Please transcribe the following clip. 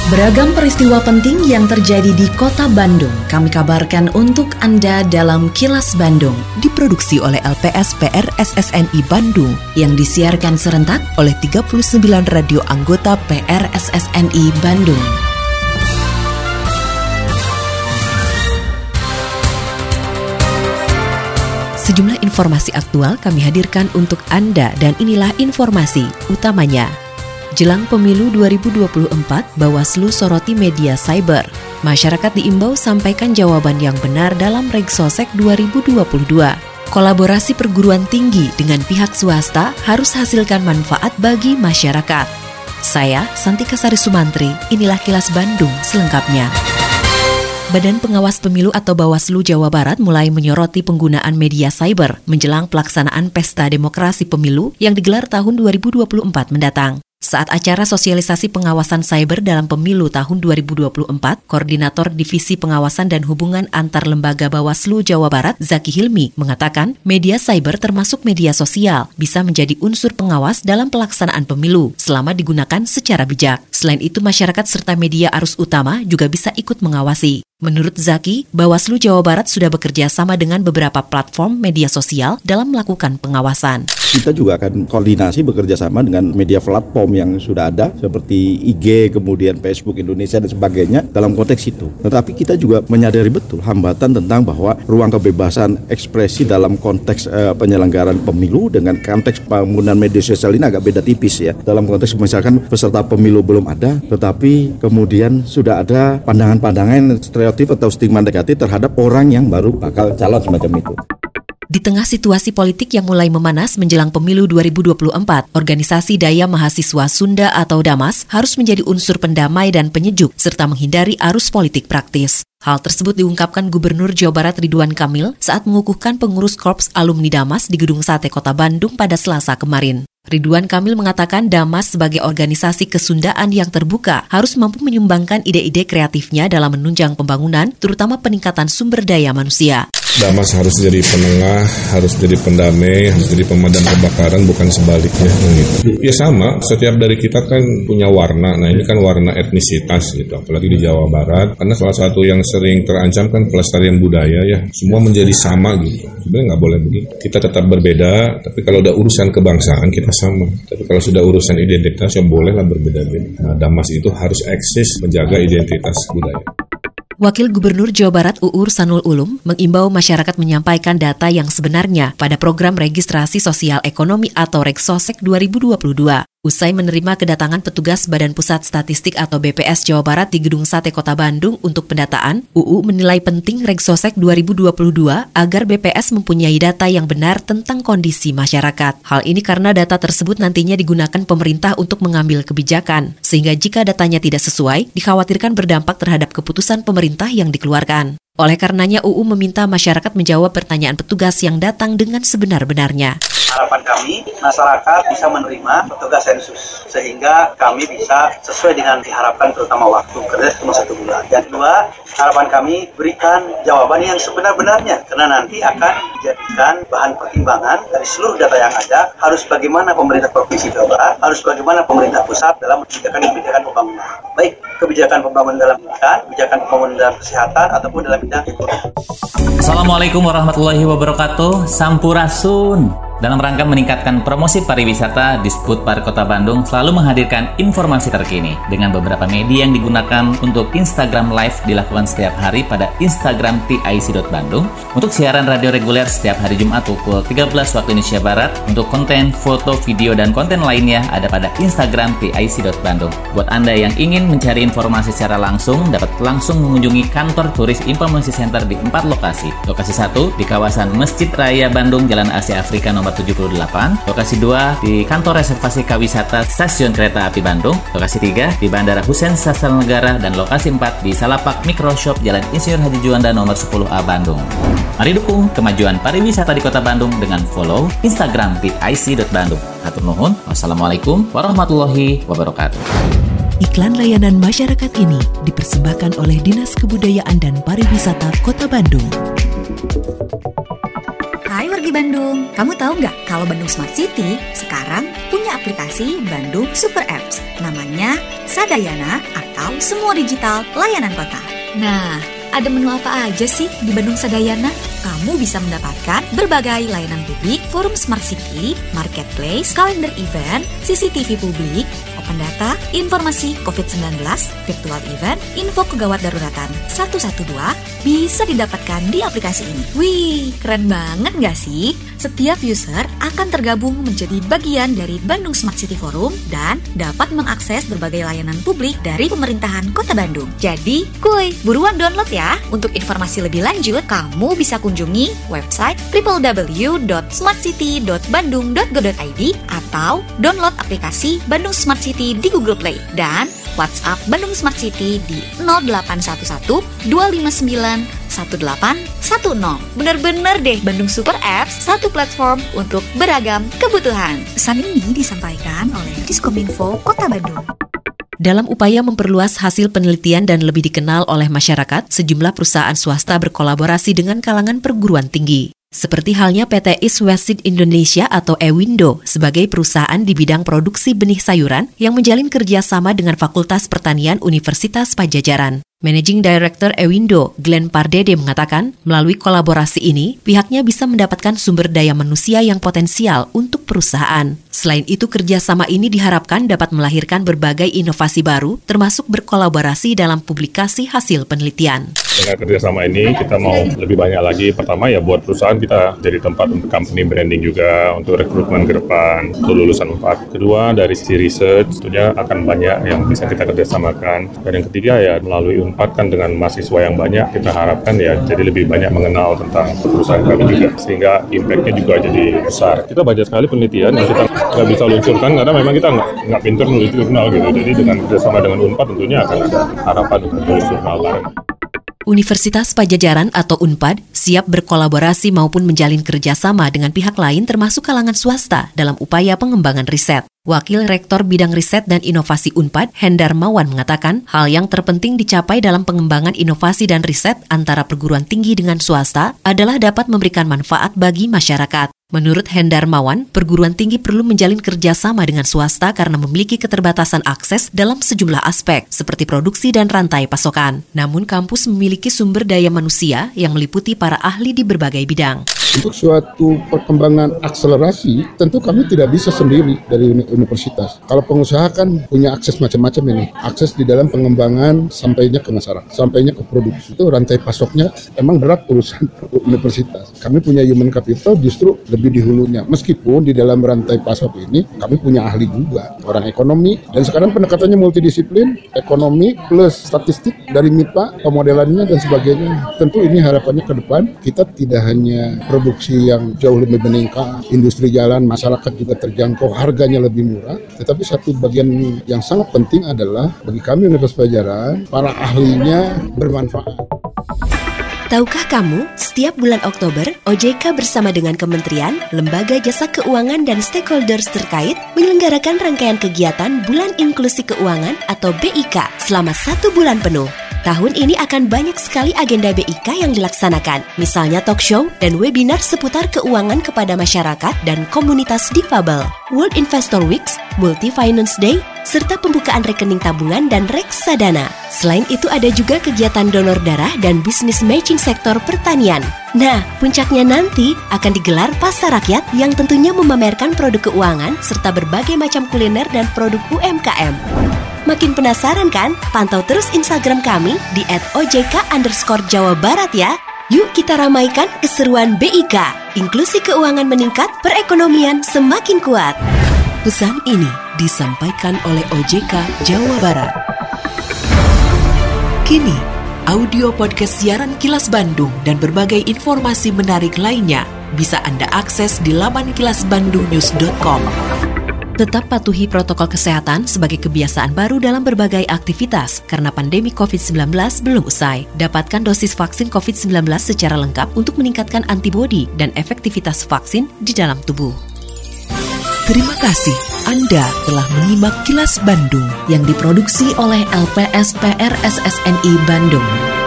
Beragam peristiwa penting yang terjadi di Kota Bandung kami kabarkan untuk Anda dalam Kilas Bandung. Diproduksi oleh LPSP RSSNI Bandung yang disiarkan serentak oleh 39 radio anggota PRSSNI Bandung. Sejumlah informasi aktual kami hadirkan untuk Anda dan inilah informasi utamanya. Jelang pemilu 2024, Bawaslu soroti media cyber. Masyarakat diimbau sampaikan jawaban yang benar dalam Regsosek 2022. Kolaborasi perguruan tinggi dengan pihak swasta harus hasilkan manfaat bagi masyarakat. Saya, Santika Sari Sumantri, inilah Kilas Bandung selengkapnya. Badan Pengawas Pemilu atau Bawaslu Jawa Barat mulai menyoroti penggunaan media cyber menjelang pelaksanaan Pesta Demokrasi Pemilu yang digelar tahun 2024 mendatang. Saat acara sosialisasi pengawasan cyber dalam pemilu tahun 2024, Koordinator Divisi Pengawasan dan Hubungan Antar Lembaga Bawaslu Jawa Barat, Zaki Hilmi, mengatakan media cyber termasuk media sosial bisa menjadi unsur pengawas dalam pelaksanaan pemilu selama digunakan secara bijak. Selain itu, masyarakat serta media arus utama juga bisa ikut mengawasi. Menurut Zaki, Bawaslu Jawa Barat sudah bekerja sama dengan beberapa platform media sosial dalam melakukan pengawasan. Kita juga akan koordinasi bekerja sama dengan media platform yang sudah ada seperti IG, kemudian Facebook Indonesia dan sebagainya dalam konteks itu. Tetapi kita juga menyadari betul hambatan tentang bahwa ruang kebebasan ekspresi dalam konteks penyelenggaraan pemilu dengan konteks penggunaan media sosial ini agak beda tipis ya. Dalam konteks misalkan peserta pemilu belum ada, tetapi kemudian sudah ada pandangan-pandangan stereotip atau stigma negatif terhadap orang yang baru bakal calon semacam itu. Di tengah situasi politik yang mulai memanas menjelang pemilu 2024, organisasi Daya Mahasiswa Sunda atau DAMAS harus menjadi unsur pendamai dan penyejuk serta menghindari arus politik praktis. Hal tersebut diungkapkan Gubernur Jawa Barat Ridwan Kamil saat mengukuhkan pengurus Korps Alumni DAMAS di Gedung Sate Kota Bandung pada Selasa kemarin. Ridwan Kamil mengatakan DAMAS sebagai organisasi kesundaan yang terbuka harus mampu menyumbangkan ide-ide kreatifnya dalam menunjang pembangunan, terutama peningkatan sumber daya manusia. DAMAS harus jadi penengah, harus jadi pendamai, harus jadi pemadam kebakaran, bukan sebaliknya. Ya sama, setiap dari kita kan punya warna. Nah ini kan warna etnisitas gitu, apalagi di Jawa Barat. Karena salah satu yang sering terancam kan pelestarian budaya ya. Semua menjadi sama gitu. Sebenarnya nggak boleh begitu. Kita tetap berbeda, tapi kalau ada urusan kebangsaan kita sama. Tapi kalau sudah urusan identitas ya bolehlah berbeda-beda. Nah DAMAS itu harus eksis menjaga identitas budaya. Wakil Gubernur Jawa Barat UU Sanul Ulum mengimbau masyarakat menyampaikan data yang sebenarnya pada program registrasi sosial ekonomi atau Regsosek 2022. Usai menerima kedatangan petugas Badan Pusat Statistik atau BPS Jawa Barat di Gedung Sate Kota Bandung untuk pendataan, UU menilai penting Regsosek 2022 agar BPS mempunyai data yang benar tentang kondisi masyarakat. Hal ini karena data tersebut nantinya digunakan pemerintah untuk mengambil kebijakan, sehingga jika datanya tidak sesuai, dikhawatirkan berdampak terhadap keputusan pemerintah yang dikeluarkan. Oleh karenanya, UU meminta masyarakat menjawab pertanyaan petugas yang datang dengan sebenar-benarnya. Harapan kami, masyarakat bisa menerima petugas sensus, sehingga kami bisa sesuai dengan diharapkan terutama waktu kerja cuma 1 bulan. Yang kedua, harapan kami berikan jawaban yang sebenar-benarnya, karena nanti akan dijadikan bahan pertimbangan dari seluruh data yang ada, harus bagaimana pemerintah Provinsi Jawa Barat, harus bagaimana pemerintah pusat dalam kebijakan pembangunan. Baik kebijakan pembangunan dalam pendidikan, kebijakan pembangunan dalam kesehatan, ataupun dalam bidang ekonomi. Assalamualaikum warahmatullahi wabarakatuh. Sampurasun. Dalam rangka meningkatkan promosi pariwisata, Disputpar Kota Bandung selalu menghadirkan informasi terkini dengan beberapa media yang digunakan untuk Instagram Live dilakukan setiap hari pada Instagram TIC.Bandung, untuk siaran radio reguler setiap hari Jumat pukul 13 waktu Indonesia Barat, untuk konten, foto, video, dan konten lainnya ada pada Instagram TIC.Bandung. Buat Anda yang ingin mencari informasi secara langsung, dapat langsung mengunjungi kantor Turis Informasi Center di 4 lokasi. Lokasi 1 di kawasan Masjid Raya Bandung, Jalan Asia Afrika nomor 78, lokasi 2 di kantor reservasi Kawisata Stasiun Kereta Api Bandung, lokasi 3 di Bandara Husein Sastra Negara, dan lokasi 4 di Salapak Microshop Jalan Insinyur Haji Juanda nomor 10A Bandung. Mari dukung kemajuan pariwisata di Kota Bandung dengan follow Instagram @ic.bandung. Hatur nuhun. Wassalamualaikum warahmatullahi wabarakatuh. Iklan layanan masyarakat ini dipersembahkan oleh Dinas Kebudayaan dan Pariwisata Kota Bandung. Hai wargi Bandung, kamu tahu nggak kalau Bandung Smart City sekarang punya aplikasi Bandung Super Apps. Namanya Sadayana atau Semua Digital Layanan Kota. Nah, ada menu apa aja sih di Bandung Sadayana? Kamu bisa mendapatkan berbagai layanan publik, forum Smart City, marketplace, kalender event, CCTV publik, open data, informasi COVID-19, virtual event, info kegawat daruratan 112 bisa didapatkan di aplikasi ini. Wih, keren banget gak sih? Setiap user akan tergabung menjadi bagian dari Bandung Smart City Forum dan dapat mengakses berbagai layanan publik dari pemerintahan Kota Bandung. Jadi, kuy, buruan download ya. Untuk informasi lebih lanjut, kamu bisa kunjungi website www.smartcity.bandung.go.id atau download aplikasi Bandung Smart City di Google Play dan WhatsApp Bandung Smart City di 0811 259 1810. Bener-bener deh, Bandung Super Apps, satu platform untuk beragam kebutuhan. Pesan ini disampaikan oleh Diskominfo Kota Bandung. Dalam upaya memperluas hasil penelitian dan lebih dikenal oleh masyarakat, sejumlah perusahaan swasta berkolaborasi dengan kalangan perguruan tinggi. Seperti halnya PT East West Seed Indonesia atau Ewindo sebagai perusahaan di bidang produksi benih sayuran yang menjalin kerjasama dengan Fakultas Pertanian Universitas Padjadjaran. Managing Director Ewindo, Glenn Pardede mengatakan, melalui kolaborasi ini, pihaknya bisa mendapatkan sumber daya manusia yang potensial untuk perusahaan. Selain itu, kerjasama ini diharapkan dapat melahirkan berbagai inovasi baru, termasuk berkolaborasi dalam publikasi hasil penelitian. Dengan kerjasama ini, kita mau lebih banyak lagi. Pertama ya buat perusahaan kita jadi tempat untuk company branding juga, untuk rekrutmen ke depan, untuk lulusan 4. Kedua, dari sisi research, tentunya akan banyak yang bisa kita kerjasamakan. Dan yang ketiga ya melalui Unpad kan dengan mahasiswa yang banyak, kita harapkan ya jadi lebih banyak mengenal tentang perusahaan kami juga, sehingga impact-nya juga jadi besar. Kita banyak sekali penelitian yang kita nggak bisa luncurkan karena memang kita nggak pinter nulis jurnal gitu. Jadi dengan kerjasama dengan Unpad tentunya akan ada harapan untuk nulis jurnal bareng. Universitas Padjadjaran atau Unpad siap berkolaborasi maupun menjalin kerjasama dengan pihak lain termasuk kalangan swasta dalam upaya pengembangan riset. Wakil Rektor Bidang Riset dan Inovasi Unpad, Hendar Mawan mengatakan, hal yang terpenting dicapai dalam pengembangan inovasi dan riset antara perguruan tinggi dengan swasta adalah dapat memberikan manfaat bagi masyarakat. Menurut Hendar Mawan, perguruan tinggi perlu menjalin kerjasama dengan swasta karena memiliki keterbatasan akses dalam sejumlah aspek, seperti produksi dan rantai pasokan. Namun kampus memiliki sumber daya manusia yang meliputi para ahli di berbagai bidang. Untuk suatu perkembangan akselerasi, tentu kami tidak bisa sendiri dari universitas. Kalau pengusaha kan punya akses macam-macam ini. Akses di dalam pengembangan sampainya ke masyarakat, sampainya ke produksi. Itu rantai pasoknya emang berat urusan universitas. Kami punya human capital justru lebih di hulunya. Meskipun di dalam rantai pasok ini kami punya ahli juga, orang ekonomi. Dan sekarang pendekatannya multidisiplin, ekonomi plus statistik dari MIPA, pemodelannya dan sebagainya. Tentu ini harapannya ke depan kita tidak hanya produksi yang jauh lebih meningkat, industri jalan, masyarakat juga terjangkau, harganya lebih murah. Tetapi satu bagian yang sangat penting adalah bagi kami Universitas Padjadjaran, para ahlinya bermanfaat. Tahukah kamu, setiap bulan Oktober, OJK bersama dengan Kementerian, Lembaga Jasa Keuangan dan stakeholders terkait menyelenggarakan rangkaian kegiatan Bulan Inklusi Keuangan atau BIK selama 1 bulan penuh. Tahun ini akan banyak sekali agenda BIK yang dilaksanakan, misalnya talk show dan webinar seputar keuangan kepada masyarakat dan komunitas difabel, World Investor Weeks, Multi Finance Day, serta pembukaan rekening tabungan dan reksadana. Selain itu ada juga kegiatan donor darah dan bisnis matching sektor pertanian. Nah, puncaknya nanti akan digelar pasar rakyat yang tentunya memamerkan produk keuangan serta berbagai macam kuliner dan produk UMKM. Makin penasaran kan? Pantau terus Instagram kami di @ojk_Jawa Barat ya. Yuk kita ramaikan keseruan BIK. Inklusi keuangan meningkat, perekonomian semakin kuat. Pesan ini disampaikan oleh OJK Jawa Barat. Kini, audio podcast siaran Kilas Bandung dan berbagai informasi menarik lainnya bisa Anda akses di laman kilasbandungnews.com. Tetap patuhi protokol kesehatan sebagai kebiasaan baru dalam berbagai aktivitas karena pandemi COVID-19 belum usai. Dapatkan dosis vaksin COVID-19 secara lengkap untuk meningkatkan antibodi dan efektivitas vaksin di dalam tubuh. Terima kasih Anda telah menyimak Kilas Bandung yang diproduksi oleh LPSPR SSNI Bandung.